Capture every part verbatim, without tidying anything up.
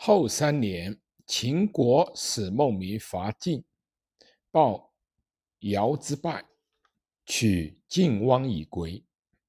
后三年，秦国使孟明伐晋，报尧之败，取晋汪以归。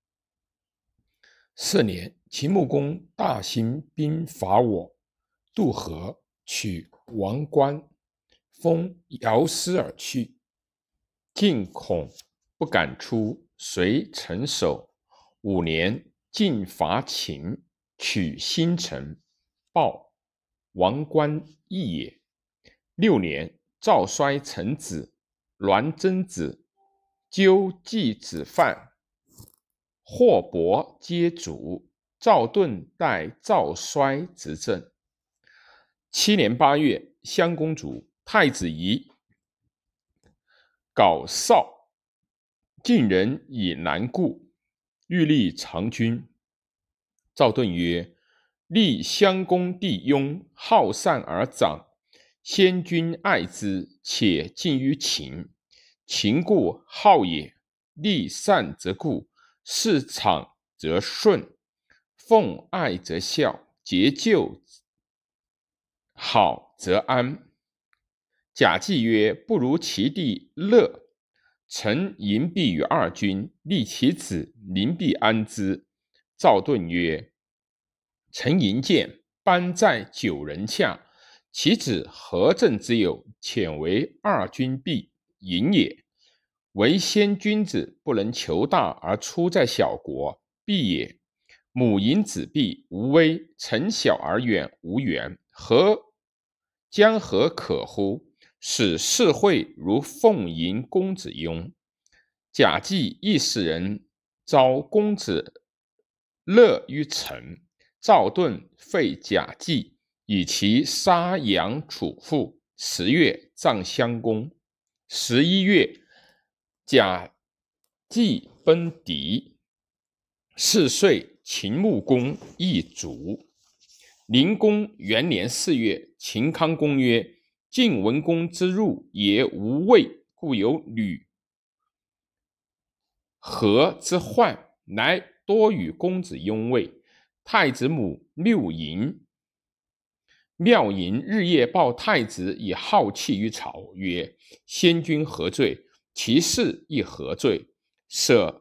四年，秦穆公大兴兵伐我，渡河，取王关，封尧师而去。晋恐不敢出，遂城守。五年，晋伐秦，取新城，报王关邑也。六年，赵衰成子，栾贞子，纠季子犯，霍伯皆卒。赵盾代赵衰执政。七年八月，襄公卒，太子仪皋少，晋人以南顾，欲立长君。赵盾曰：立襄公弟雍，好善而长，先君爱之，且近于秦。秦故好也，立善则固，事长则顺，奉爱则孝，节旧好则安。贾季曰：不如其弟乐。臣迎璧于二君，立其子，临必安之。赵盾曰：臣迎见，班在九人下，其子何政之有，遣为二君必迎也。唯先君子不能求大而出在小国，必也。母迎子必，无威；臣小而远，无缘。何将何可乎？使士会如奉迎公子雍。贾季亦使人招公子乐于城。赵盾废贾季，以其杀杨楚父。十月，葬襄公。十一月，贾季奔狄。是岁，秦穆公亦卒。灵公元年四月，秦康公曰：晋文公之入也无畏，故有吕何之患，乃多与公子雍位。太子母谬淫，妙淫日夜报太子以好气于朝，曰：先君何罪？其事亦何罪？舍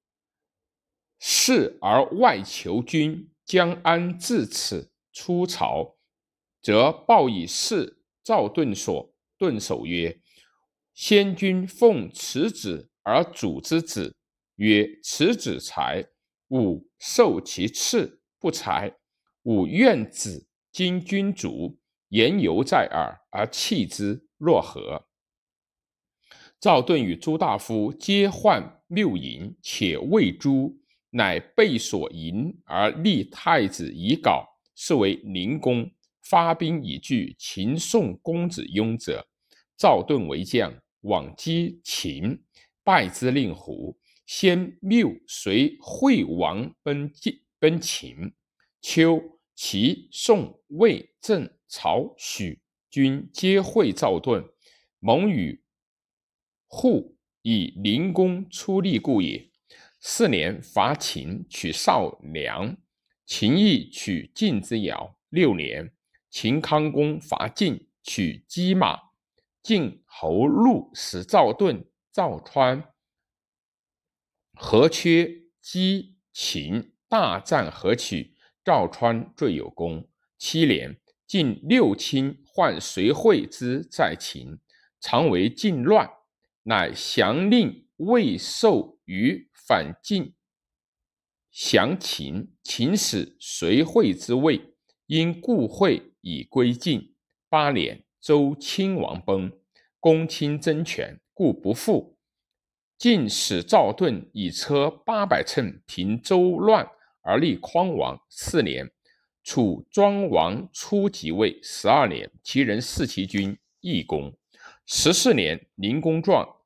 事而外求君，将安至此？出朝，则报以事。赵盾所。盾守曰：先君奉此子而主之子，曰：此子才，吾受其赐；不才，吾愿子。今君主，言犹在耳，而弃之，若何？赵盾与诸大夫皆患谬淫，且畏诛，乃备所淫而立太子以皋，是为灵公。发兵以拒秦宋公子雍者，赵盾为将，往击秦，败之令狐。先谬随惠王奔奔秦。秋，齐、宋、魏、郑、曹、许均皆会赵盾，盟与户，以灵公出力故也。四年，伐秦，取少梁。秦亦取晋之尧。六年，秦康公伐晋，取姬马。晋侯禄使赵盾、赵川、何缺击秦，大战何取，赵川最有功。七年，晋六卿患随惠之在秦，常为晋乱，乃降令魏受于反晋，降秦。秦使随惠之位，因故惠以归晋。八年，周亲王崩，公卿争权，故不复。晋使赵盾以车八百乘平周乱，而立匡王。四年，楚庄王初即位。十二年，其人弑其君，义公。十四年，灵公壮，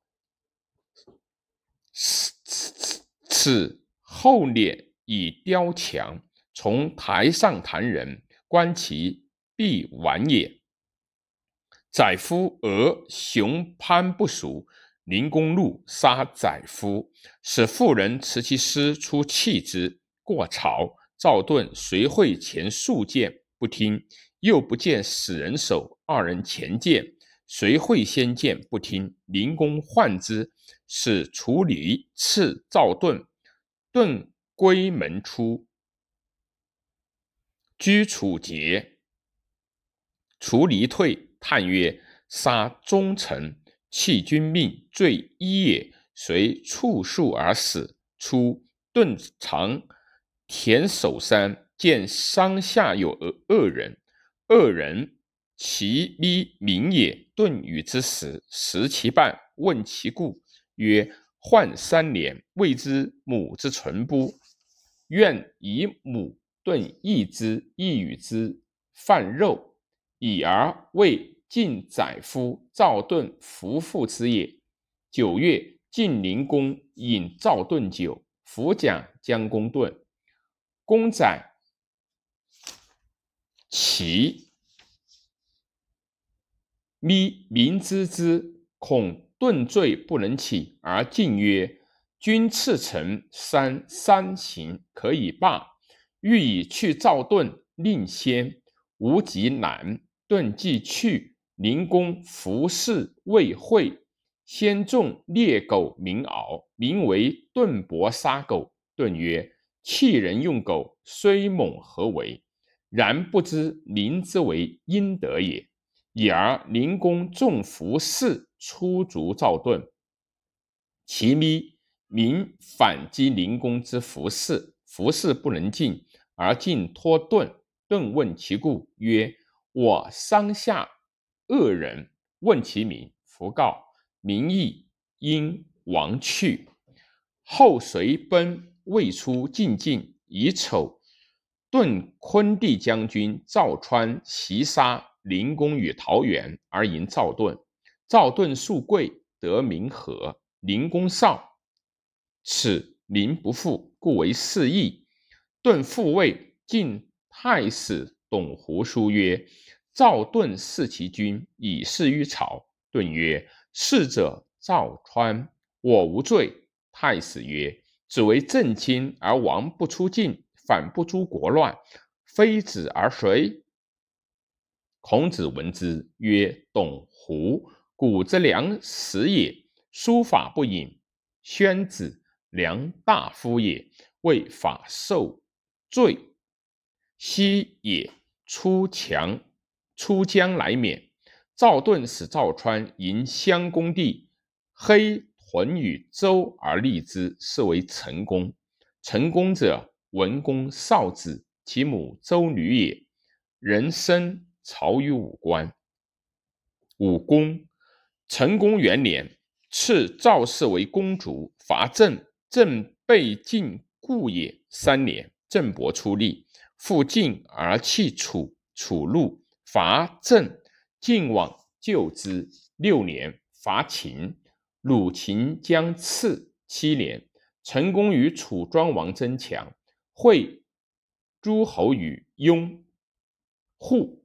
此后敛以雕强，从台上谈人，观其必完也。宰夫俄雄潘不属，灵公怒，杀宰夫，使妇人持其尸出弃之，过朝。赵盾随会前数见， 不听，又不见使人手，二人前见，谁会先见？不听。灵公患之，使处离斥赵盾，盾归门出，居楚节。处离退，叹曰：杀忠臣，弃君命，罪一也。遂触树而死。初，盾常田守山，见山下有恶人，恶人其咪民也。盾与之食，食其半，问其故，曰：患三年，未知母之存不？愿以母。盾义之，亦与之饭肉，已而为晋宰夫赵盾夫妇之也。九月，晋灵公饮赵盾酒，弗讲将公盾。公宰其咪民知之，恐盾罪不能起，而进曰：君赐臣三三行，可以罢。欲以去赵盾，令先，无及难。盾既去，灵公服侍未会，先众猎狗鸣敖，名为盾伯杀狗。盾曰：弃人用狗，虽猛何为？然不知民之为阴德也。已而灵公重服侍，出逐赵盾。其咪民反击灵公之服侍，服侍不能进，而进托盾。盾问其故，曰：我山下恶人，问其名，弗告。民亦因亡去。后随奔，未出晋境，乙丑，盾昆地将军赵川袭杀灵公于桃园，而迎赵盾。赵盾素贵，得名和。灵公少，此民不富，故为侍役。盾复位，晋太史董狐书曰：赵盾弑其君，以示于朝。盾曰：弑者赵川，我无罪。太史曰：只为正卿而王不出境，反不诛国乱，非子而谁？孔子闻之，曰：董狐，古之良史也。书法不隐，宣子，良大夫也，为法受罪。昔也出强出江来免。赵盾使赵川迎襄公地，黑屯于周而立之，是为成公。成公者，文公少子，其母周女也。人生朝于武官。武公，成公元年，赐赵氏为公主，伐郑，郑被晋故也。三年，郑伯出力，复晋而弃楚，楚怒，伐郑，晋往救之。六年，伐秦，鲁秦将刺。七年，成公与楚庄王争强，会诸侯于雍、户。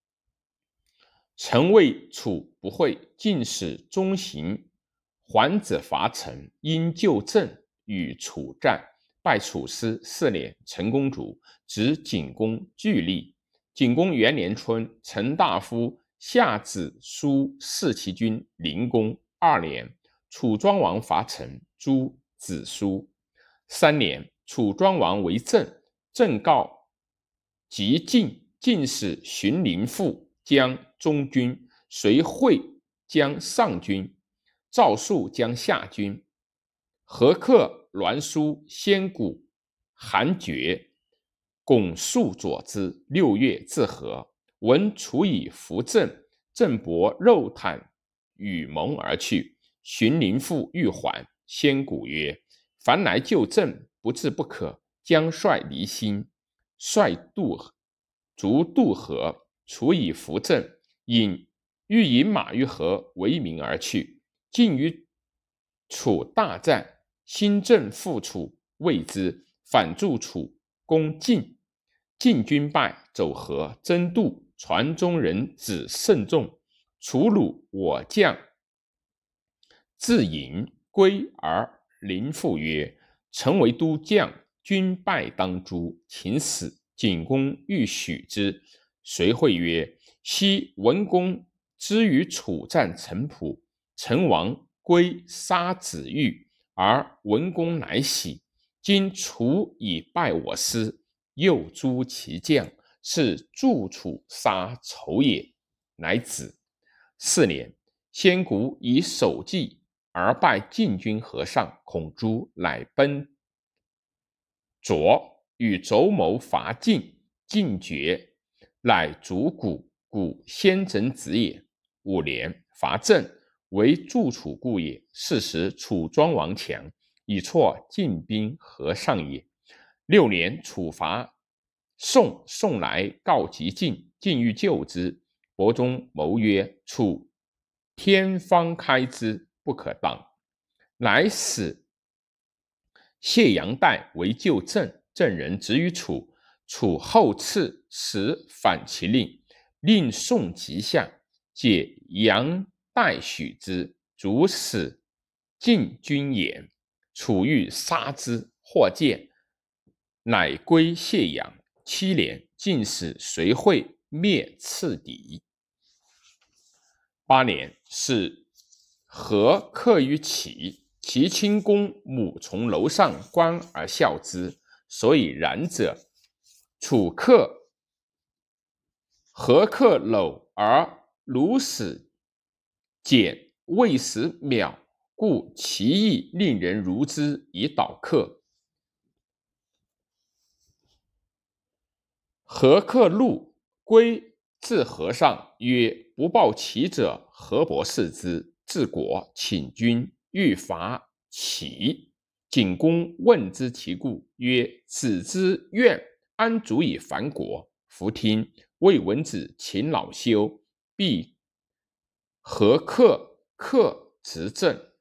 臣谓楚不会，晋使中行桓子伐陈，因救郑，与楚战，败楚师。四年，成公卒，执景公据立。景公元年春，陈大夫夏子书弑其君灵公。二年，楚庄王伐陈，诛子书。三年，楚庄王为郑，郑告即晋，晋使荀林父将中军，随会将上军，赵肃将下军。何克栾书先谷韩厥拱宿佐之。六月，自和。闻楚以服郑，郑伯肉袒与盟而去。荀林父欲还，先谷曰：凡来救郑，不治不可，将率离心。率渡逐渡河，楚以服郑，引欲引马于河，为民而去。晋与楚大战，新郑复楚，谓之，反助楚，攻晋。晋军败，走河，争渡。船中人子甚众。楚虏我将自营归，而临父曰：臣为都将，军败当诛。秦死。景公欲许之， 随会曰：昔文公之于楚战陈普，陈王归杀子玉，而文公乃喜。今楚以败我师，又诛其将，是助楚杀仇也。乃止。四年，先古以守计而败晋军河上，孔朱乃奔左，与周谋伐晋，晋绝，乃逐谷，谷先整子也。五年，伐郑，为助楚故也。是时楚庄王强，以挫晋兵河上也。六年，楚伐宋，宋来告急晋，晋欲救之。伯宗谋曰：楚天方开之，不可当。乃使谢阳代为救郑，郑人止于楚。楚后赐使反其令，令宋急下，解阳代许之，主使晋军也。楚欲杀之，或见，乃归谢阳。七年，晋使随会灭赤狄。八年，是何克于齐，齐顷公母从楼上观而笑之，所以然者，楚克何克搂而如使简未使秒，故其意令人如之以导克。何克怒，归至河上，曰：不报齐者，何伯视之？治国，请君，欲伐齐。景公问之其故，曰：子之愿安足以反国？夫听。魏文子勤劳修，必何克克执政。